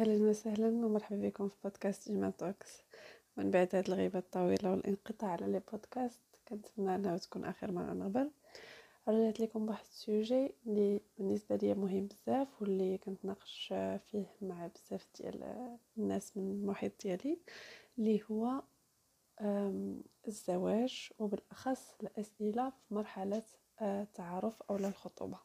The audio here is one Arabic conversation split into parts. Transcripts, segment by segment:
أهلا وسهلا ومرحبا بكم في بودكاست جيما توكس. من بعد هذه الغيبة الطويلة والانقطاع على لي بودكاست، كنتمنى أنها تكون آخر مرة نقبل. رجعت لكم بواحد السوجي اللي بالنسبة لي مهم بزاف، واللي كنتناقش فيه مع بزاف ديال الناس من المحيط ديالي، اللي هو الزواج، وبالأخص الأسئلة في مرحلة التعارف أو الخطوبة.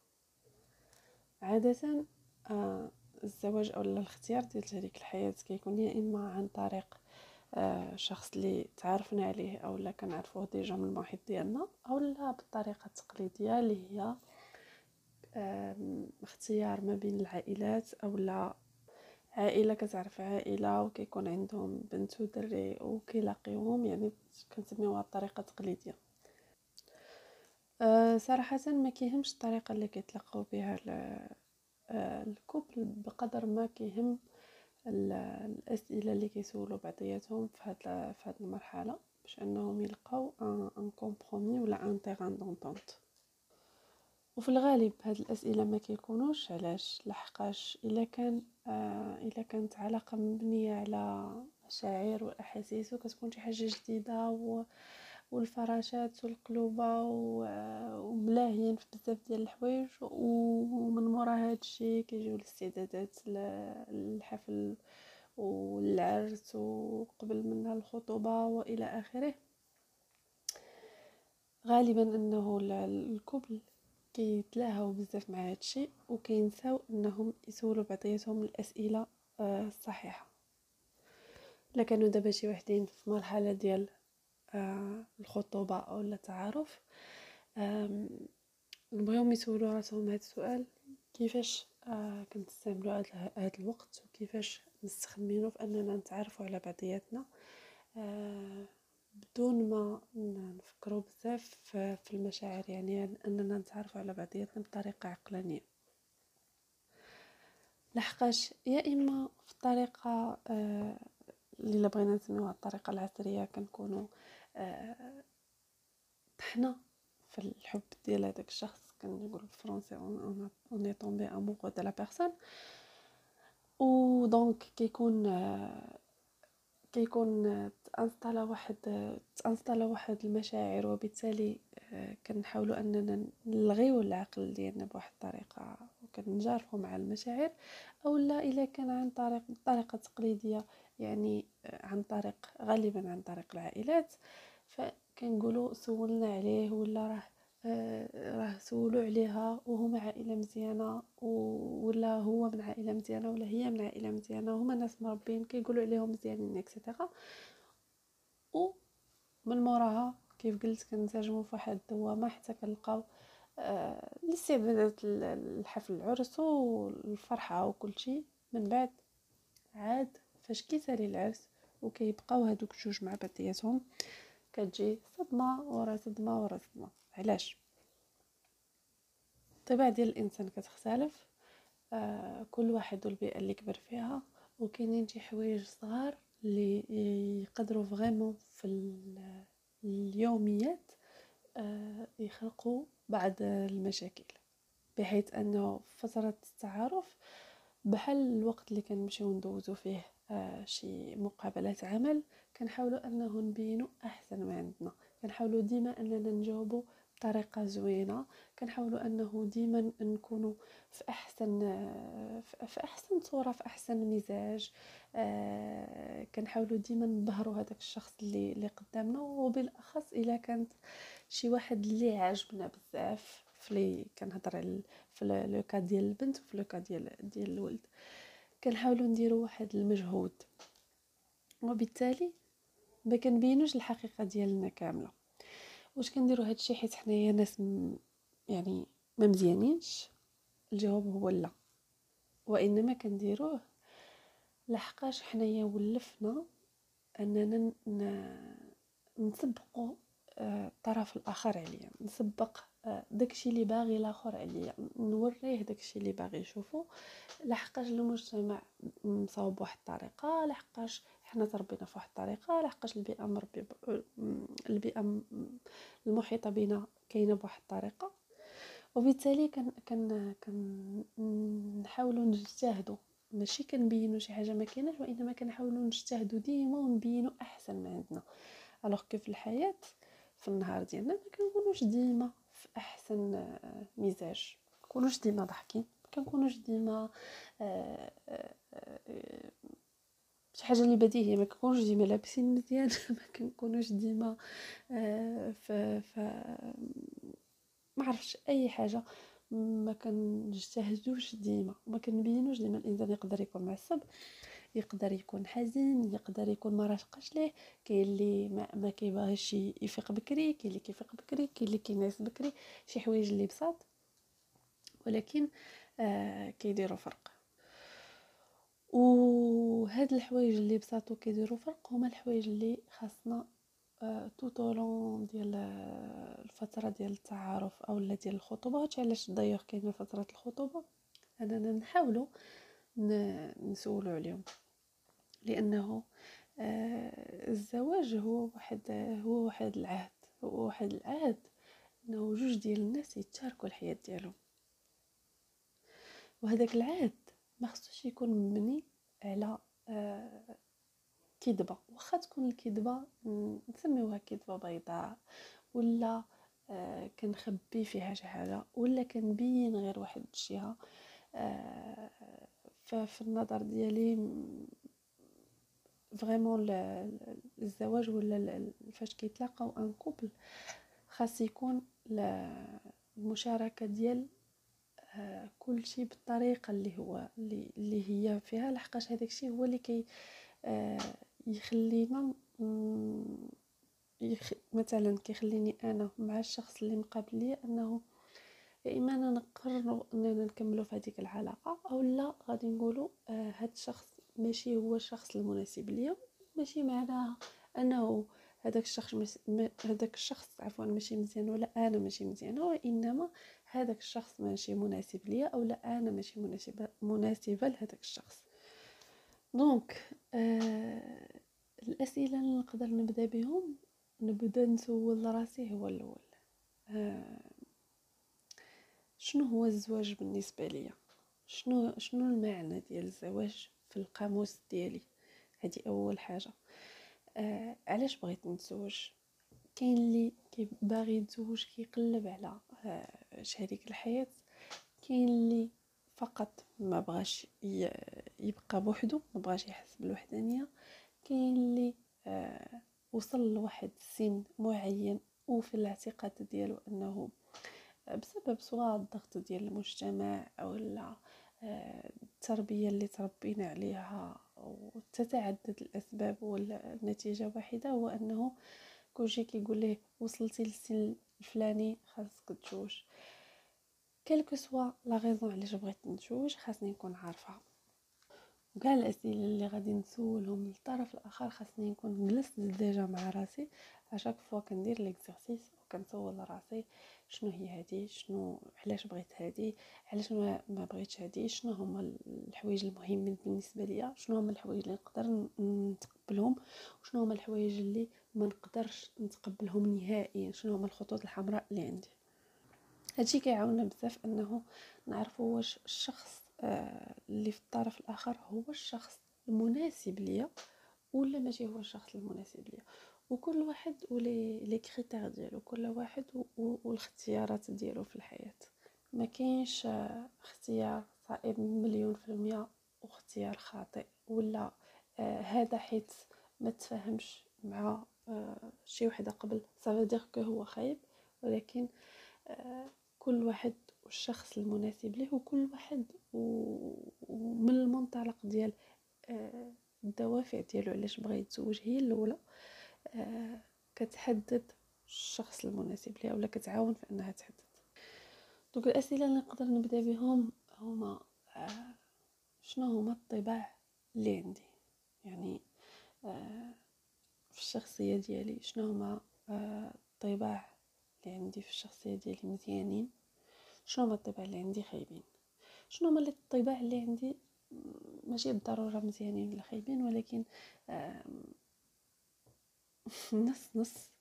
عادة الزواج او الاختيار ديال شريك الحياه كيكون يا اما عن طريق شخص اللي تعرفنا عليه او لا كنعرفوه ديجا من المحيط ديالنا، او لا بالطريقه التقليديه اللي هي اختيار ما بين العائلات، او لا عائله كتعرف عائله وكيكون عندهم بنت ودري وكيلاقيوهم، يعني كنسميوها الطريقه التقليديه. صراحه ما كيهمش الطريقه اللي كيتلقاو بها الكوبل بقدر ما كيهم الاسئله اللي كيسولوا بعضياتهم في هاد المرحله، باش انهم يلقاو ان كومبرومي ولا ان تيغان دونطونت. وفي الغالب هاد الاسئله ما كيكونوش علاش، لحقاش الا كانت علاقه مبنيه على مشاعر واحاسيس، وكتكون شي حاجه جديده والفراشات والقلوبه وملاهيين في بزاف ديال الحوايج، ومن مورا هادشي كيجيو الاستعدادات للحفل والعرس وقبل منها الخطوبه والى اخره. غالبا انه الكوبل كيتلاهاو بزاف مع هادشي، وكينساو انهم يسولوا بعضياتهم الاسئله الصحيحه. الا كانوا دابا شي وحدين في مرحله ديال الخطوبه او التعارف، نبغيهم يسولوا راسهم هذا السؤال: كيفاش كنستعملوا هذا الوقت، وكيفاش مستخدمينه في اننا نتعرفوا على بعضياتنا بدون ما نفكروا بزاف في المشاعر، يعني اننا نتعرفوا على بعضياتنا بطريقه عقلانيه. لحقاش يا اما في الطريقه اللي بغينا نسميوها الطريقه العصريه كنكونوا طحنا في الحب ديال هذاك الشخص، كنقول بالفرنسي اون اي طومبي امورو دو لا بيرسون، و دونك كيكون تانستالا واحد المشاعر، وبالتالي كنحاولوا اننا نلغيو العقل ديالنا بواحد الطريقه وكنجارفوا مع المشاعر. او لا الا كان عن طريق الطريقه التقليديه، يعني غالبا عن طريق العائلات، فكنقولوا سولنا عليه ولا راه سولوا عليها وهما عائله مزيانه، ولا هو من عائله مزيانه ولا هي من عائله مزيانه، وهما ناس مربين كيقولوا عليهم مزيانين اكسيتيرا. ومن موراها كيف قلت كنتاجموا في واحد الدوامه حتى كنلقاو الاستعدادات الحفل العرس والفرحه وكل شيء. من بعد عاد فاش كيسالي العرس وكيبقاو هادوك الجوج مع بعضياتهم، كتجي صدمه ورا صدمه ورا صدمه. علاش؟ الطباع ديال الانسان كتختلف، كل واحد والبيئه اللي كبر فيها، وكاينين شي حوايج صغار اللي يقدروا فريمون في اليوميات يخلقوا بعض المشاكل، بحيث انه فتره التعارف بحال الوقت اللي كنمشيو ندوزو فيه شي مقابلات عمل، كنحاولوا انه نبينوا احسن ما عندنا، كنحاولوا ديما اننا نجاوبوا بطريقه زوينه، كنحاولوا انه ديما نكونوا في احسن صوره، في احسن مزاج. كنحاولوا ديما نظهروا هذاك الشخص اللي قدامنا، وبالاخص الا كانت شي واحد اللي عاجبنا بزاف، فلي كنهضر في لو كا ديال البنت وفي لو كا ديال الولد، كنحاولوا نديروا واحد المجهود، وبالتالي ما كنبينوش الحقيقه ديالنا كامله. واش كنديروا هادشي حيت حنايا ناس يعني ما مزيانينش؟ الجواب هو لا، وانما كنديروه لحقاش حنايا ولفنا اننا نسبقوا الطرف الاخر عليا، نسبق داكشي اللي باغي الاخر عليا، نوريه داكشي اللي باغي يشوفو، لحقاش المجتمع مصاوب بواحد الطريقه، لحقاش حنا تربينا في واحد الطريقه، لحقاش البيئه المحيطه بنا كاينه بواحد الطريقه. وبالتالي كنحاولوا نجتهدوا ماشي كنبينوا شي حاجه ما كايناش، وانما كنحاولوا نجتهدوا ديما ونبينوا احسن ما عندنا. الوغ كو في الحياه في النهار ديالنا ما كنكونوش ديما في احسن مزاج، ما كنكونوش ديما ضاحكين، ما كنكونوش ديما شي حاجه اللي بديهيه، ما كنكونوش ديما لابسين مزيان ما كنكونوش ديما ف ما عرفتش اي حاجه، ما كنجتهدوش ديما وما كنبينوش ديما. الانسان يقدر يكون معصب، يقدر يكون حزين، يقدر يكون ما راشقاش ليه، كاين اللي ما كيبغيش يفيق بكري، كاين اللي كيفيق بكري، كاين اللي كينعس بكري، شي حوايج اللي بساط ولكن كيديروا فرق. وهاد الحوايج اللي بساط وكيديروا فرق هما الحوايج اللي خاصنا تو طولون ديال الفتره ديال التعارف او ديال الخطوبه. هادشي علاش دايوغ كاينه فتره الخطوبه اننا نحاولوا نسولوا عليهم، لانه الزواج هو واحد العهد، هو واحد العهد انه جوج ديال الناس يتشاركوا الحياه ديالهم، وهذاك العهد ما خصوش يكون مبني على كذبه، واخا تكون الكذبه نسميوها كذبه بيضاء، ولا كنخبي فيها شي حاجه، ولا كنبين غير واحد الجهه. ففي النظر ديالي فريمون الزواج ولا فاش كيتلاقاو ان كوبل خاص يكون المشاركه ديال كل شيء بالطريقه اللي هي فيها، لحقاش هذاك الشيء هو اللي كي يخلينا مثلا كيخليني انا مع الشخص اللي مقابل لي انه يا اما انا نقرروا اننا نكملوا في هذيك العلاقه، او لا غادي نقولوا هاد الشخص ماشي هو الشخص المناسب ليا. ماشي معناها انه هذاك الشخص عفوا ماشي مزيان ولا انا ماشي مزيانه، وانما هذاك الشخص ماشي مناسب ليا او لا انا ماشي مناسبه لهذاك الشخص. دونك الاسئله اللي نقدر نبدا بهم، نبدا نسول راسي هو الاول شنو هو الزواج بالنسبه ليا، شنو المعنى ديال الزواج في القاموس ديالي. هذه اول حاجه. علاش بغيت نتزوج؟ كاين اللي باغي يتزوج كيقلب على شريك الحياه، كاين اللي فقط ما بغاش يبقى بوحده، ما بغاش يحس بالوحدانيه، كاين اللي وصل لواحد السن معين وفي الاعتقاد ديالو انه بسبب سواء الضغط ديال المجتمع او التربيه اللي تربينا عليها، وتتعدد الاسباب، والنتيجه واحده هو انه كلشي كيقول ليه وصلتي للسن الفلاني خاصك تتزوج. كلكو سوا لا غيزون علاش بغيت نتزوج خاصني نكون عارفه، وكاع الاسئله اللي غادي نسولهم للطرف الاخر خاصني نكون جلست ديجا مع راسي اشاك فوا كندير ليكزارسيس وكنسول راسي شنو هي هذه، شنو علاش بغيت هذه، علاش ما بغيتش هذه، شنو هما الحوايج المهمين بالنسبه ليا، شنو هما الحوايج اللي نقدر نتقبلهم، وشنو هما الحوايج اللي ما نقدرش نتقبلهم نهائيا، شنو هما الخطوط الحمراء اللي عندي. هادشي كيعاوننا بزاف انه نعرفوا واش الشخص اللي في الطرف الاخر هو الشخص المناسب ليا ولا ماشي هو الشخص المناسب ليا. وكل واحد ولي كريتير ديالو، كل واحد والاختيارات ديالو في الحياه. ما كاينش اختيار صائب 100% واختيار خاطئ، ولا هذا حيت ما تفاهمش مع شي وحده قبل صافي دير كو هو خايب، ولكن كل واحد والشخص المناسب له، وكل واحد ومن المنطلق ديال الدوافع ديالو علاش بغى يتزوج هي الاولى كتحدد الشخص المناسب ليها ولا كتعاون في انها تحدد. دوك الاسئله اللي نقدر نبدا بهم هما شنو هما الطباع اللي عندي، يعني في الشخصيه ديالي شنو هما الطباع اللي عندي في الشخصيه ديالي مزيانين، شنو هما الطباع اللي عندي خايبين، شنو هما الطباع اللي عندي ماشي بالضروره مزيانين ولا خايبين، ولكن نص نص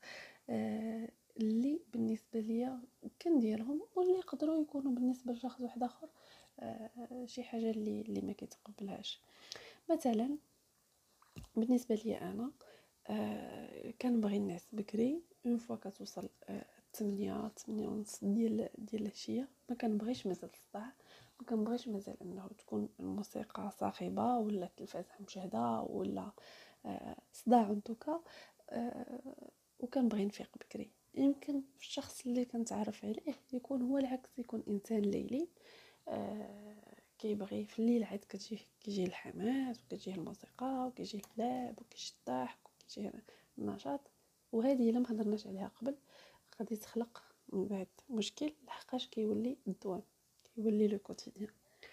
اللي بالنسبه ليا كنديرهم واللي يقدروا يكونوا بالنسبه لشخص واحد اخر شي حاجه اللي ما كيتقبلهاش. مثلا بالنسبه لي انا كنبغي الناس بكري، اون فوا كتوصل 8 ونص ديال العشيه، ما كنبغيش مازال الصداع، ما كنبغيش مازال انه تكون الموسيقى صاخبه ولا التلفاز مشاهده ولا صداع انتوكا. وكنبغي نفيق بكري. يمكن الشخص اللي كنتعرف عليه يكون هو العكس، يكون انسان ليلي، كيبغي في الليل عاد كيجيه الحماس وكتجيه الموسيقى وكيجيه اللعب وكيجيه الضحك وكيجيه النشاط. وهذه الا ما هضرناش عليها قبل غادي تخلق من بعد مشكل، لحقاش كيولي الدوام، كيولي لو كوتيديان.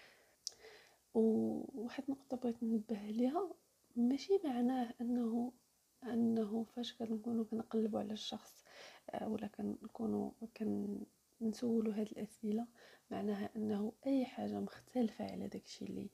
وواحد النقطه بغيت ننبه عليها، ماشي معناه انه فاش كنكونوا كنقلبوا على الشخص ولا كنكونوا نسولوا هاد الاسئله معناها انه اي حاجه مختلفه على داكشي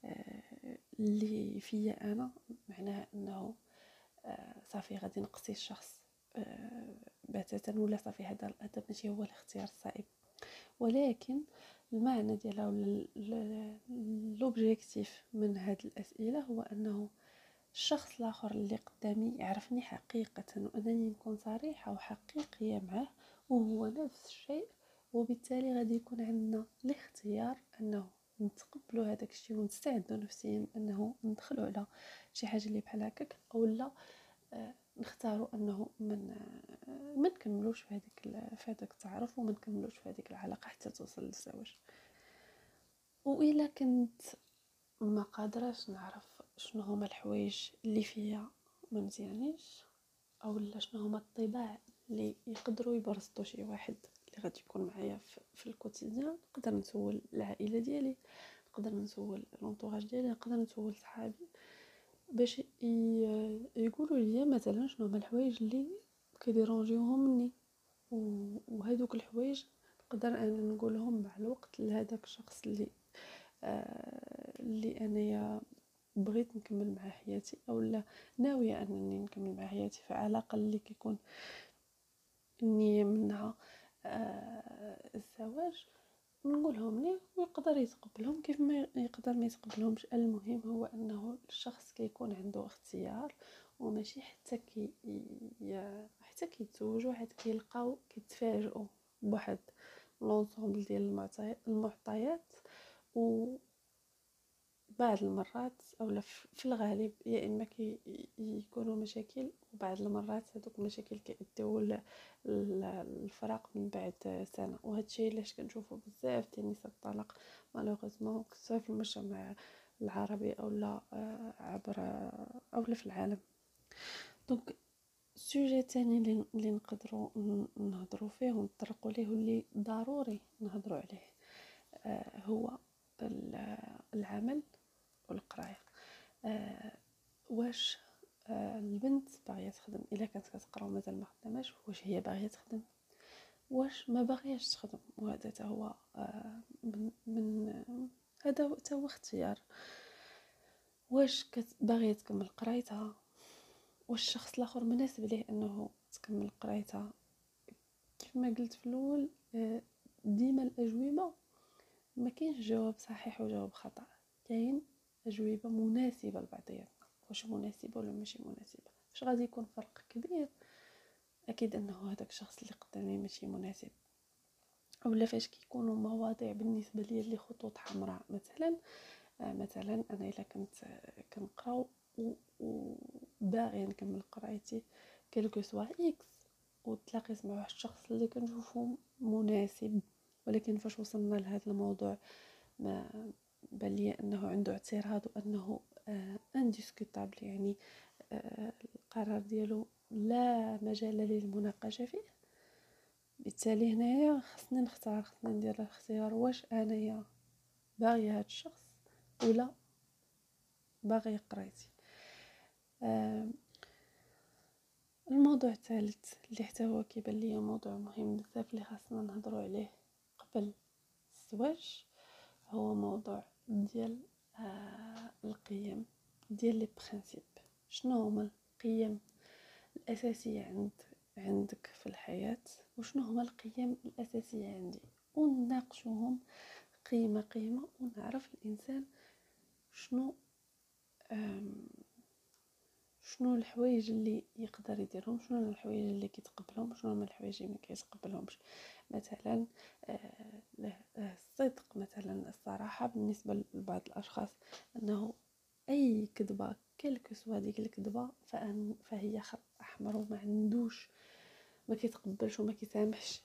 اللي فيا انا، معناها انه صافي غادي نقصي الشخص بتاتا، ولا صافي هذا الادب ماشي هو الاختيار الصائب. ولكن المعنى ديالها ولا لوبجيكتيف من هاد الاسئله هو انه الشخص الاخر اللي قدامي يعرفني حقيقه، وانني نكون صريحه وحقيقيه معه وهو نفس الشيء. وبالتالي غادي يكون عندنا الاختيار انه نتقبلوا هذاك الشيء ونستعدوا نفسيا انه ندخلوا على شي حاجه اللي بحال هكاك، اولا نختاروا انه ما نكملوش في هذاك التعارف وما نكملوش في هذيك العلاقه حتى توصل للزواج. والا كنت ما قادراش نعرف شنو هما الحوايج اللي فيا ما مزيانيش، او لا شنو هما الطباع اللي يقدروا يبرزطوا شي واحد اللي غادي يكون معايا في الكوتيديان، نقدر نسول العائله ديالي، نقدر نسول لونطوراج ديالي، نقدر نسول صحابي باش يقولوا لي مثلا شنو هما الحوايج اللي كيديرونجيوهم مني. وهذوك الحوايج نقدر انا نقولهم مع الوقت لهذاك الشخص اللي انايا بغيت نكمل مع حياتي، او لا ناويه انني نكمل مع حياتي في علاقه اللي كيكون النيه منها الزواج. نقولهم ليه ويقدر يتقبلهم كيف ما يقدر ما يتقبلهمش. المهم هو انه الشخص كيكون عنده اختيار، وماشي حتى كيتزوجوا حتى كيلقاو كيتفاجئوا بواحد لونسومبل ديال المعطيات. وبعض المرات اولا في الغالب يا اما يكونوا مشاكل، وبعض المرات هذوك المشاكل كيؤديو الفراق من بعد سنه. وهذا الشيء علاش كنشوفوا بزاف ديال نساء الطلاق مالوغوزمون سواء في المجتمع العربي اولا عبر اولا في العالم. دونك السوجي الثاني اللي نقدروا نهضروا فيه ونطرقوا ليه واللي ضروري نهضروا عليه هو العمل والقرايه. واش البنت باغيه تخدم؟ الا كانت كتقرا ومازال ما خداماش، واش هي باغيه تخدم؟ واش ما باغياش تخدم؟ وهذا حتى هو من هذا حتى هو اختيار. واش باغيه تكمل قرايتها؟ واش الشخص الاخر مناسب ليه انه تكمل قرايتها؟ كيف ما قلت في الاول ديما الاجوبه ما كاينش جواب صحيح وجواب خطا، كاين اجوبه مناسبه لبعضياتنا. واش مناسبه ولا ماشي مناسبه؟ واش غادي يكون فرق كبير؟ اكيد انه هذاك الشخص اللي قدامي ماشي مناسب. اولا فاش كيكونوا مواضيع بالنسبه لي اللي خطوط حمراء، مثلا انا الا كنت كنقرا وباغي نكمل قرايتي كلكو سوا اكس، وتلاقيت مع واحد الشخص اللي كنشوفه مناسب، ولكن فاش وصلنا لهذا الموضوع ما بان لي انه عنده اعتراض وانه انديسكوتابل، يعني القرار ديالو لا مجال للمناقشه فيه. بالتالي هنايا خصني نختار، خصني ندير الاختيار واش انايا باغيه هذا الشخص ولا باغيه قرايتي. الموضوع الثالث اللي حتى هو كيبان ليا موضوع مهم بزاف اللي خاصنا نهضروا عليه قبل الزواج هو موضوع ديال القيم، ديال لي برينسيپ. شنو هما القيم الاساسيه عندك في الحياه، وشنو هما القيم الاساسيه عندي، ونناقشوهم قيمة ونعرف الانسان شنو شنو الحوايج اللي يقدر يديرهم، شنو الحوايج اللي كيتقبلهم، شنو هما الحوايج اللي ما كيتقبلهمش. مثلا الصدق، مثلا الصراحه بالنسبه لبعض الاشخاص، انه اي كذبه كلك سوا ديك الكذبه فهي خط احمر، وما عندوش، ما كيتقبلش وما كيسامحش.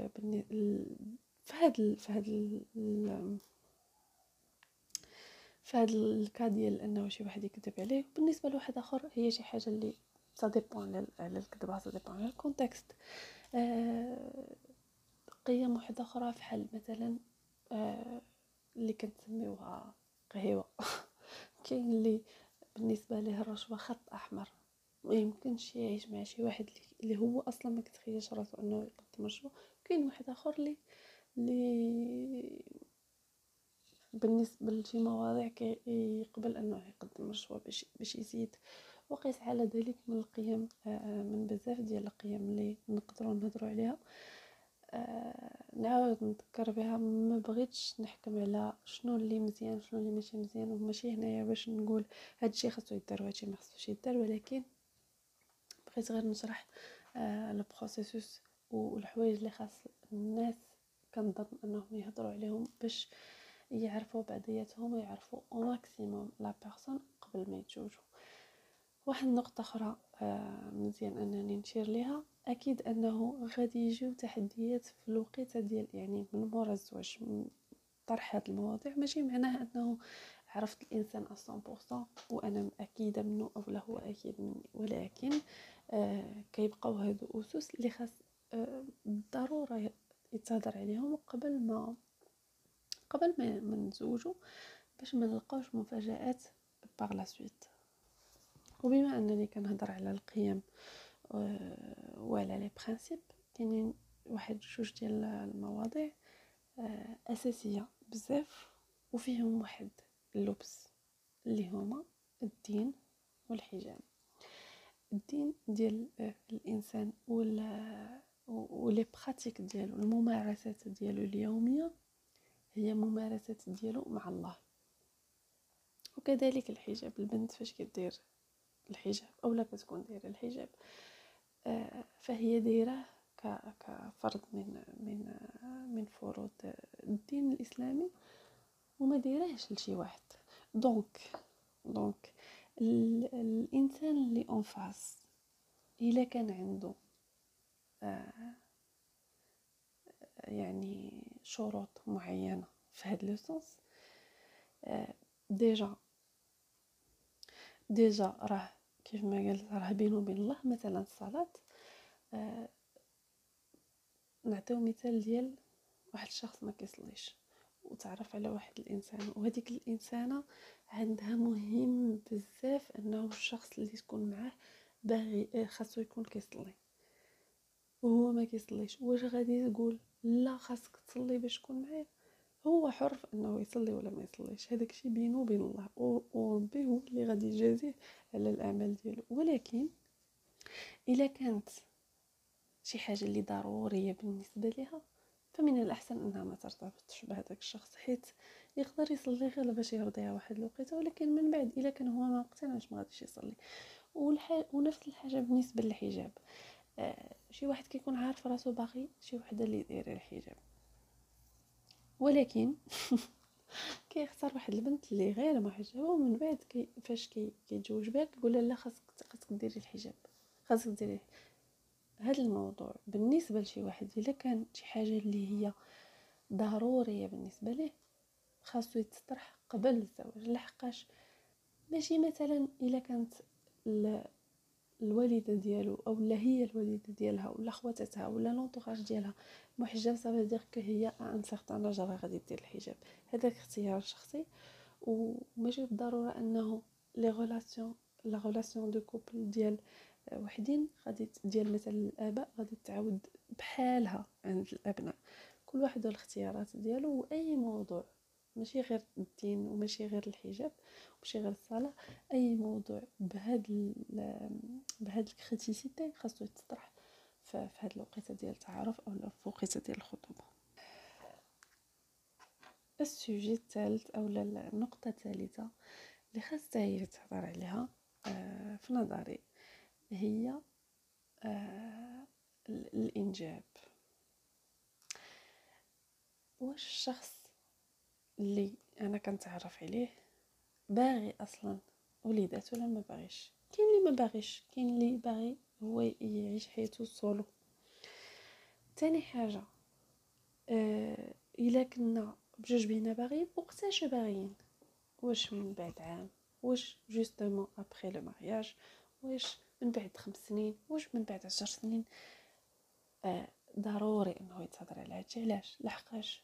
في هذا الكا ديال انه شي واحد يكذب عليه. بالنسبه لواحد اخر هي شي حاجه اللي سا ديبون على الكذبه، سا ديبون على الكونتكست. قيم واحده اخرى بحال مثلا اللي كنسميوها قهيوه كاين اللي بالنسبه ليه الرشوه خط احمر، ما يمكنش يعيش مع شي واحد اللي هو اصلا ما كتخيلش راسو انه يقدم رشوه. كاين واحد اخر اللي بالنسبه لشي مواضيع يقبل انه يقدم رشوه باش يزيد. وقيس على ذلك من القيم، من بزاف ديال القيم اللي نقدروا نهضروا عليها. نعاود نذكر بها، ما بغيتش نحكم على شنو اللي مزيان شنو اللي ماشي مزيان، وماشي هنايا باش نقول هادشي خاصو يدار وهادشي ما خاصوش يدار، ولكن بغيت غير نشرح البروسيسوس والحوايج اللي خاص الناس كنظن انهم يهضروا عليهم باش يعرفوا بعضياتهم ويعرفوا او ماكسيموم لا بيرسون قبل ما يتزوجوا. واحد النقطه اخرى مزيان انني نشير ليها، اكيد انه غادي يجيو تحديات في الوقيته ديال يعني من مورا الزواج. طرح هذه المواضيع ماشي معناه انه عرفت الانسان 100% وانا اكيده منه او لا هو اكيد مني، ولكن كيبقاو هادو اسس اللي خاص بالضروره يتهضر عليهم قبل ما نتزوجوا، باش ما نلقاوش مفاجآت باغ لا سويت. وبما انني كنهضر على القيم وعلى لي برينسيپ، كاينين واحد جوج ديال المواضيع اساسيه بزاف وفيهم واحد اللبس، اللي هما الدين والحجاب. الدين ديال الانسان ولي براتيك ديالو، الممارسات ديالو اليوميه، هي ممارسات ديالو مع الله. وكذلك الحجاب، البنت فاش كدير الحجاب اولا كتكون دايره الحجاب فهي دايره كفرض من فروض الدين الاسلامي، وما دايرهش لشي واحد. دونك الانسان اللي اون فاس الا كان عنده يعني شروط معينه في هذا لو سونس، ديجا راه كيف ما قلت راه بينه وبين الله. مثلا الصلاه، نعطيو مثال ديال واحد الشخص ما كيصليش وتعرف على واحد الانسان، وهذيك الانسانه عندها مهم بزاف انه الشخص اللي تكون معاه باغي خاصو يكون كيصلي وهو ما كيصليش. واش غادي تقول لا خاصك تصلي باش تكون معايا؟ هو حر في انه يصلي ولا ما يصليش، هذاك الشيء بينه وبين الله، وربي هو اللي غادي يجازيه على الاعمال ديالو. ولكن الا كانت شي حاجه اللي ضروريه بالنسبه لها، فمن الاحسن انها ما ترتبطش بهذاك الشخص، حيت يقدر يصلي غير باش يرضيها واحد الوقيته، ولكن من بعد الا كان هو ما مقتنعش ما غاديش يصلي. ونفس الحاجه بالنسبه للحجاب. شي واحد كيكون عارف راسو باغي شي وحده اللي دايره الحجاب، ولكن كيختار واحد البنت اللي غير محجبه، ومن بعد فاش كيتزوج بها كيقول لها لا خاصك ديري الحجاب، خاصك ديري. هذا الموضوع بالنسبه لشي واحد الا كان شي حاجه اللي هي ضروريه بالنسبه ليه، خاصو يتطرح قبل الزواج. لحقاش ماشي مثلا الا كانت الوالده ديالو او لا هي الوالده ديالها ولا خواتاتها ولا لونطوراج ديالها محجب، صافي دير كو هي ان سيغتان لاج غادي دير الحجاب. هذاك اختيار شخصي، وماشي بالضروره انه لي غولاسيون لا غولاسيون دو كوبل ديال وحدين غادي ديال مثلا الاباء غادي تعاود بحالها عند الابناء. كل واحد والاختيارات ديالو. واي موضوع ماشي غير الدين وماشي غير الحجاب وماشي غير الصلاه، اي موضوع بهاد الكريتيسيتي خاصو يتطرح في هاد الوقيته ديال التعارف او في الوقيته ديال الخطوبه. السوجي الثالث او النقطه الثالثه اللي خاصها هي تهضر عليها في نظري هي الانجاب. واش الشخص اللي انا كنتعرف عليه باغي اصلا وليدات ولا ما باغيش؟ كاين اللي ما باغيش، كاين اللي باغي هو يعيش حياته سولو. تاني حاجه الا كنا بجوج بينا باغيين، وقتاش باغيين؟ واش من بعد عام؟ واش جوستومون ابري لو مارياج؟ واش من بعد 5 سنين؟ واش من بعد 10 سنين؟ ضروري انه يتهضر على هادشي. علاش؟ لحقاش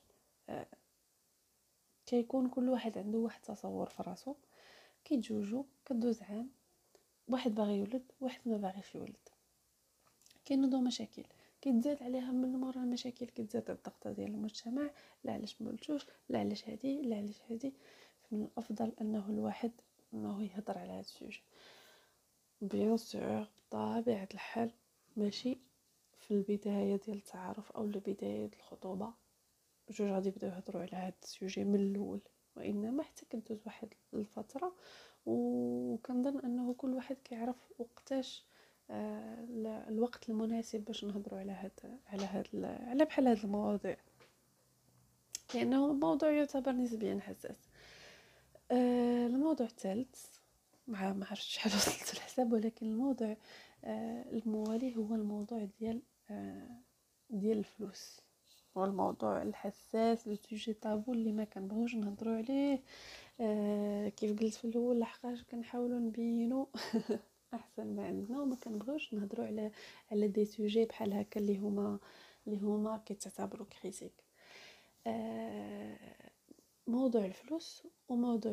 كيكون كل واحد عنده واحد تصور في راسو، كيتزوجوا كدوز عام، واحد باغي يولد واحد ما باغيش يولد، كاينوضوا مشاكل كيتزاد عليها من مورا المشاكل، كيتزاد الضغطه ديال المجتمع، لا علاش ما ولدتوش، لا علاش هادي، لا علاش هادي. فمن الافضل انه الواحد انه يهضر على هذا السوجي. بيان سور بطبيعه الحال ماشي في البدايه ديال التعارف او البدايه ديال الخطوبه جوج غادي يبداو يهضروا على هذا السوجي من الاول، وانما حتى كدوز واحد الفتره وكنظن انه كل واحد كيعرف وقتاش الوقت المناسب باش نهضروا على بحال هاد المواضيع، لانه الموضوع يعتبر نسبيا حساس. الموضوع الثالث ما عرفتش شحال وصلت الحساب، ولكن الموضوع الموالي هو الموضوع ديال الفلوس. هو الموضوع الحساس، لو سوجي طابو اللي ما كنبغيوش نهضروا عليه. كيف قلت في الاول، لحقاش كنحاولوا نبينوا احسن ما عندنا، وما كنبغيوش نهضروا على دي سوجي بحال هكا اللي هما كيتعتبروا كريتيك. موضوع الفلوس وموضوع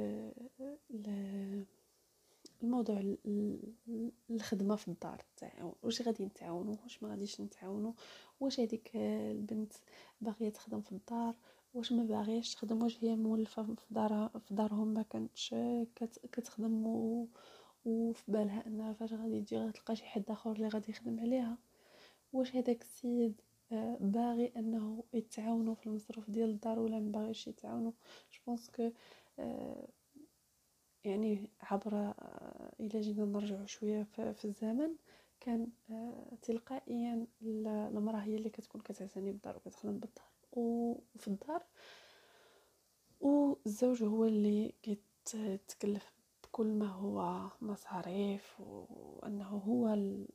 الموضوع الخدمه في الدار تاعو، واش غادي نتعاونوا واش ما غاديش نتعاونوا، واش هذيك البنت باغيه تخدم في الدار واش ما باغيش تخدم، واش هي مولفه في دارهم ما كانتش كتخدم وفي بالها انها فاش غادي تجي غتلقى شي حد اخر اللي غادي يخدم عليها، واش هذاك السيد باغي انه يتعاونوا في المصروف ديال الدار ولا ما باغيش يتعاونوا. جو بونس كو يعني عبر الى جينا نرجعوا شويه في الزمن، كان تلقائيا المراه هي اللي كتكون كتعتني بالدار وكتخدم بالدار وفي الدار، والزوج هو اللي كيتكلف بكل ما هو مصاريف، وانه هو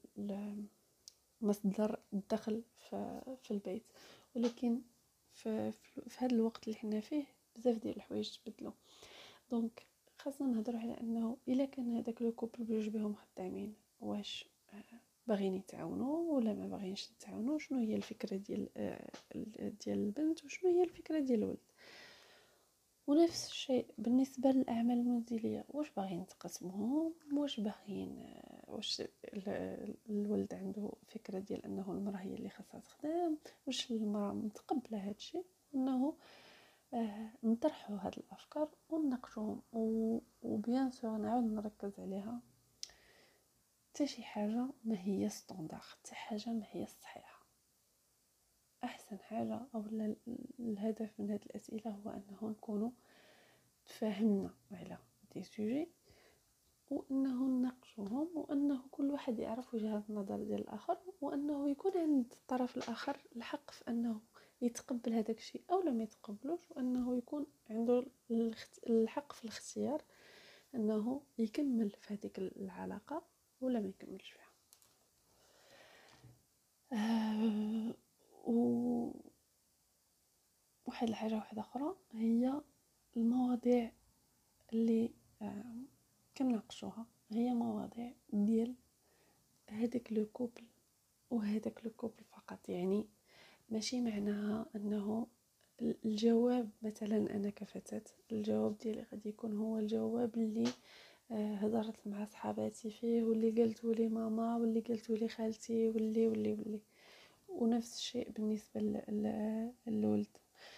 مصدر الدخل في البيت. ولكن في هذا الوقت اللي حنا فيه بزاف ديال الحوايج تبدلوا. دونك خاصنا نهضروا على انه الا كان هذاك لو كوبل بجوج بهم خدامين، واش باغيين يتعاونوا ولا ما باغيينش يتعاونوا، شنو هي الفكره ديال البنت وشنو هي الفكره ديال الولد. ونفس الشيء بالنسبه للاعمال المنزليه، واش باغيين تقسموهم، واش باغيين واش الولد عنده فكره ديال انه المراه هي اللي خاصها تخدم، واش المراه متقبله هذا الشيء، انه نطرحوا هاد الافكار ونناقشوهم. وبيان سور نعاود نركز عليها، حتى شي حاجه ما هي ستوندار، حتى حاجه ما هي صحيحه. احسن حاجه او الهدف من هاد الاسئله هو انه نكونوا تفاهمنا على دي سوجي، وانه نناقشوهم، وانه كل واحد يعرف وجهة النظر ديال الاخر، وانه يكون عند الطرف الاخر الحق في انه يتقبل هذاك الشيء او لم يتقبلوش، وانه يكون عنده الحق في الاختيار انه يكمل في هذيك العلاقه ولا ما يكملش فيها. واحد الحاجه واحده اخرى هي المواضيع اللي كنناقشوها، هي مواضيع ديال هذاك لو كوبل وهذاك لو كوبل فقط. يعني ماشي معناها انه الجواب مثلا انا كفتاة الجواب ديالي غادي يكون هو الجواب اللي هضرت مع صحاباتي فيه، واللي قلته لي ماما، واللي قلته لي خالتي، واللي ونفس الشيء بالنسبه للولد.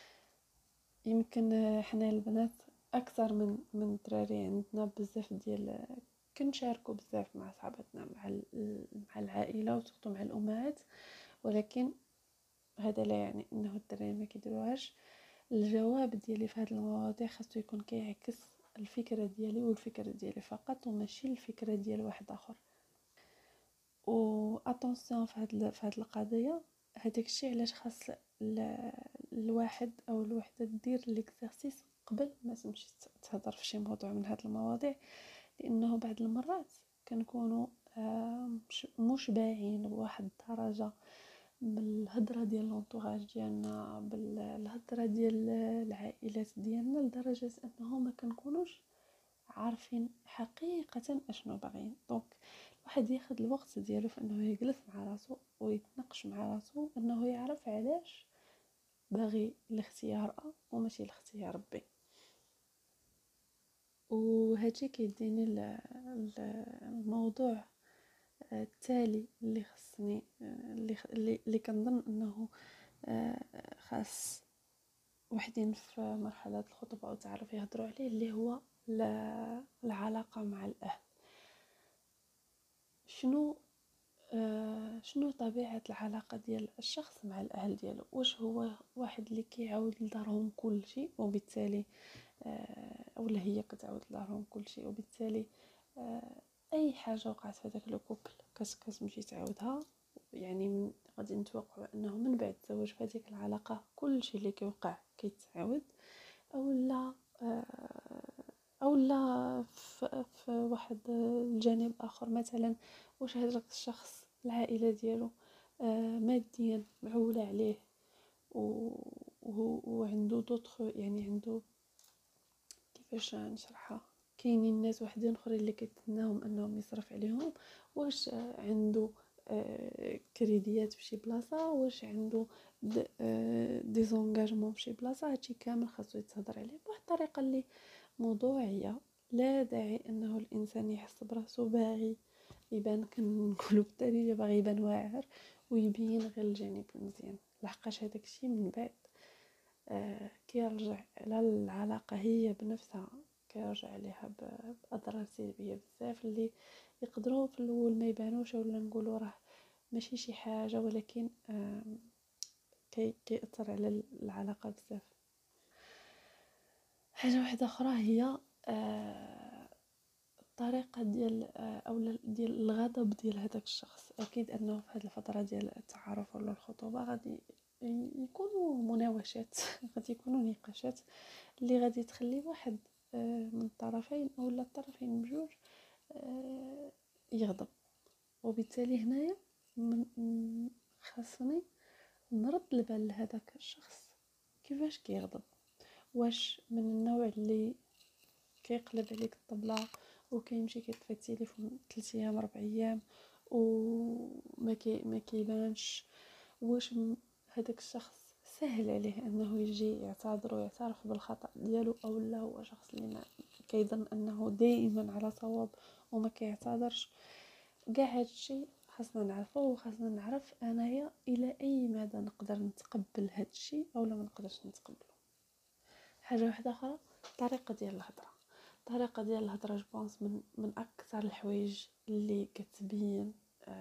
يمكن حنا البنات اكثر من الدراري عندنا بزاف ديال كنشاركوا بزاف مع صحاباتنا مع العائله وسورتو مع الامهات، ولكن هذا لا يعني انه الدراري ما كيديروهاش. الجواب ديالي في هذه المواضيع خاصو يكون كيعكس الفكره ديالي والفكره ديالي فقط، وماشي الفكره ديال واحد اخر. و اتونسيون في هذه القضيه، هذاك الشيء علاش خاص الواحد او الوحده دير ليكزارسيس قبل ما تمشي تهضر في شي موضوع من هذه المواضيع، لانه بعض المرات كنكونوا مش باعين بواحد الدرجه بالهضره ديال لونطوراج ديالنا، بالهضره ديال العائلات ديالنا، لدرجه انه ما كنكونوش عارفين حقيقه اشنو باغيين. دونك الواحد ياخذ الوقت ديالو في انه يجلس مع راسو ويتناقش مع راسو انه يعرف علاش باغي الاختيار ا وماشي الاختيار بي. وهادشي كيديني الموضوع التالي اللي خصني اللي كنظن انه خاص وحدين في مرحله الخطوبه او التعارف يهضروا عليه، اللي هو العلاقه مع الاهل. شنو طبيعه العلاقه ديال الشخص مع الاهل ديالو؟ واش هو واحد اللي كيعاود لدارهم كل شيء وبالتالي اولا هي كتعاود لدارهم كل شيء وبالتالي اي حاجه وقعت في هذاك لو كوبل كتمشي تعاودها؟ يعني غادي نتوقعوا انه من بعد الزواج في هذيك العلاقه كل شيء اللي كيوقع كيتعاود، او لا في واحد الجانب اخر. مثلا واش هذاك الشخص العائله ديالو ماديا معوله عليه وعنده دوطخ، يعني عنده كيفاش نشرحها، كاينين ناس وحدين اخرين اللي كيتناهم انهم يصرف عليهم، واش عنده كريديات في شي بلاصه، واش عنده دي زونغاجمون في شي بلاصه. هادشي كامل خاصو يتهضر عليه بواحد الطريقه اللي موضوعيه. لا داعي انه الانسان يحس براسو باغي يبان، كنقولوا بالدارجه باغي يبان واعر ويبين غير الجانب المزيان، لحقاش هذاك الشيء من بعد كيرجع على العلاقه هي بنفسها، كيرجع عليها باضرار سلبيه بزاف اللي يقدروا في الاول ما يبانوش، ولا نقولوا راه ماشي شي حاجه، ولكن كيأثر على العلاقه بزاف. حاجه واحده اخرى هي الطريقه ديال اولا ديال الغضب ديال هذاك الشخص. اكيد انه في هذه الفتره ديال التعارف ولا الخطوبه غادي يكونوا مناوشات غادي يكونوا نقاشات اللي غادي تخلي واحد من الطرفين اولا الطرفين بجوج يغضب. وبالتالي هنايا خاصني نرد البال لهذاك الشخص كيفاش كيغضب. واش من النوع اللي كيقلب عليك الطبلة وكيمشي كيطفي التليفون 3 ايام 4 ايام وما ما كيبانش؟ واش هذاك الشخص سهل عليه انه يجي يعتذر ويعترف بالخطأ ديالو، او لا هو شخص اللي ما كيظن انه دائما على صواب وما كيعتذرش؟ كاع هادشي خاصنا نعرفه، وخاصنا نعرف انايا الى اي مدى نقدر نتقبل هادشي او لا ما نقدرش نتقبله. حاجه واحده اخرى، الطريقه ديال الهضره جوبونس من اكثر الحوايج اللي كتبين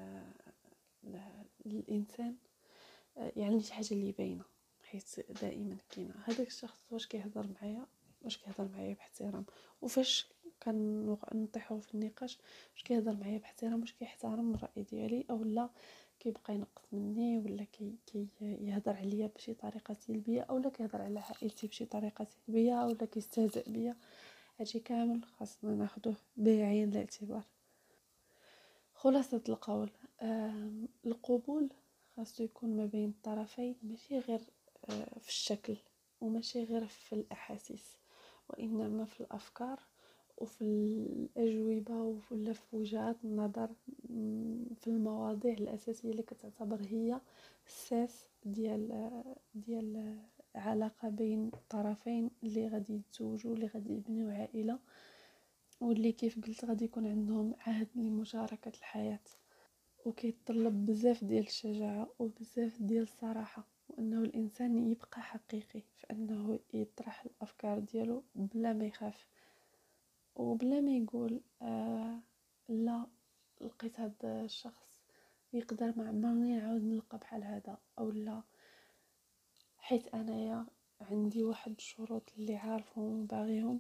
الانسان، يعني شي حاجه اللي باينه، حيت دائما كاينه هذاك الشخص واش كيهضر معايا باحترام، وفاش كنطيحوا في النقاش واش كيهضر معايا باحترام، واش كيحترم الراي ديالي او لا كيبقى ينقص مني، ولا كي يهضر عليا بشي طريقه سلبيه، او لا كيهضر على عائلتي بشي طريقه سلبيه، او لا كيستهزئ بيا. هادشي كامل خاصنا ناخذه بعين الاعتبار. خلاصه القول، القبول خاصو يكون ما بين الطرفين، ماشي غير في الشكل وماشي غير في الاحاسيس، وانما في الافكار وفي الاجوبه ولا في وجهات النظر في المواضيع الاساسيه اللي كتعتبر هي الساس ديال علاقه بين طرفين اللي غادي يتزوجوا، اللي غادي يبنيو عائله، واللي كيف قلت غادي يكون عندهم عهد لمشاركه الحياه. وكيتطلب بزاف ديال الشجاعه وبزاف ديال الصراحه، وانه الانسان يبقى حقيقي في انه يطرح الافكار ديالو بلا ما يخاف وبلا ما يقول لا لقيت هذا الشخص يقدر ما عمرني نعاود نلقى بحال هذا، او لا حيت انايا عندي واحد الشروط اللي عارفهم وباغيهم،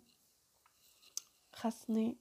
خاصني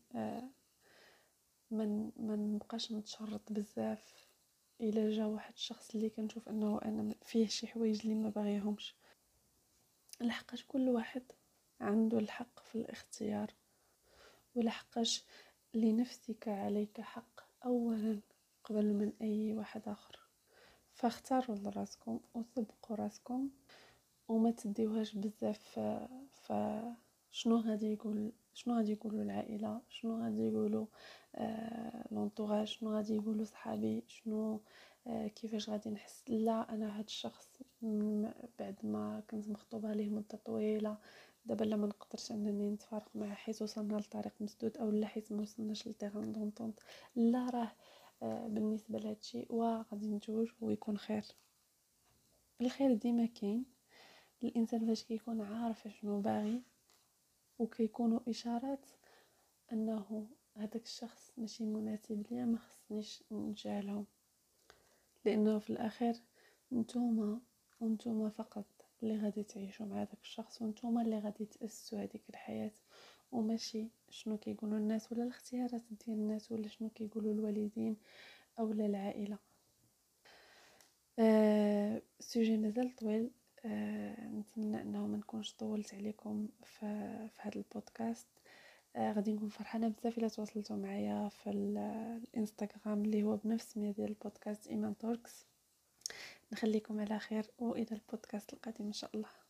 ما نبقاش نتشرط بزاف الا جا واحد الشخص اللي كنشوف انه انا فيه شي حوايج اللي ما باغيهمش. لحقاش كل واحد عنده الحق في الاختيار، ولحقاش لنفسك عليك حق اولا قبل من اي واحد اخر. فاختاروا لراسكم وسبقوا راسكم وما تديوهاش بزاف. ف شنو غادي يقولوا العائله، شنو غادي يقولوا لونطوراج، شنو غادي يقولوا صحابي، شنو كيفاش غادي نحس. لا، انا هاد الشخص بعد ما كنت مخطوبه ليه مده طويله، دابا لا ما نقدرش انني نتفارق معاه حيت وصلنا لطريق مسدود، او لا حيت ما وصلناش لتيران دونطونط. لا، راه بالنسبه لهادشي وغادي نتزوج ويكون خير. الخير ديما كاين. الانسان فاش كيكون عارف شنو باغي وكيكونوا اشارات انه هذاك الشخص ماشي مناسب ليا، ما خصنيش نتجاهلهم، لانه في الاخير نتوما فقط اللي غادي تعيشوا مع هذاك الشخص، وانتوما اللي غادي تاسسوا هذيك الحياه، وماشي شنو كيقولوا الناس ولا الاختيارات ديال الناس ولا شنو كيقولوا الوالدين او العائله. السوجي مازال طويل. نتمنى انه ما نكونش طولت عليكم في هذا البودكاست. غادي نكون فرحانه بزاف الا تواصلتوا معايا في الانستغرام اللي هو بنفس السميه ديال البودكاست ايمان توركس. نخليكم على خير والى البودكاست القادم ان شاء الله.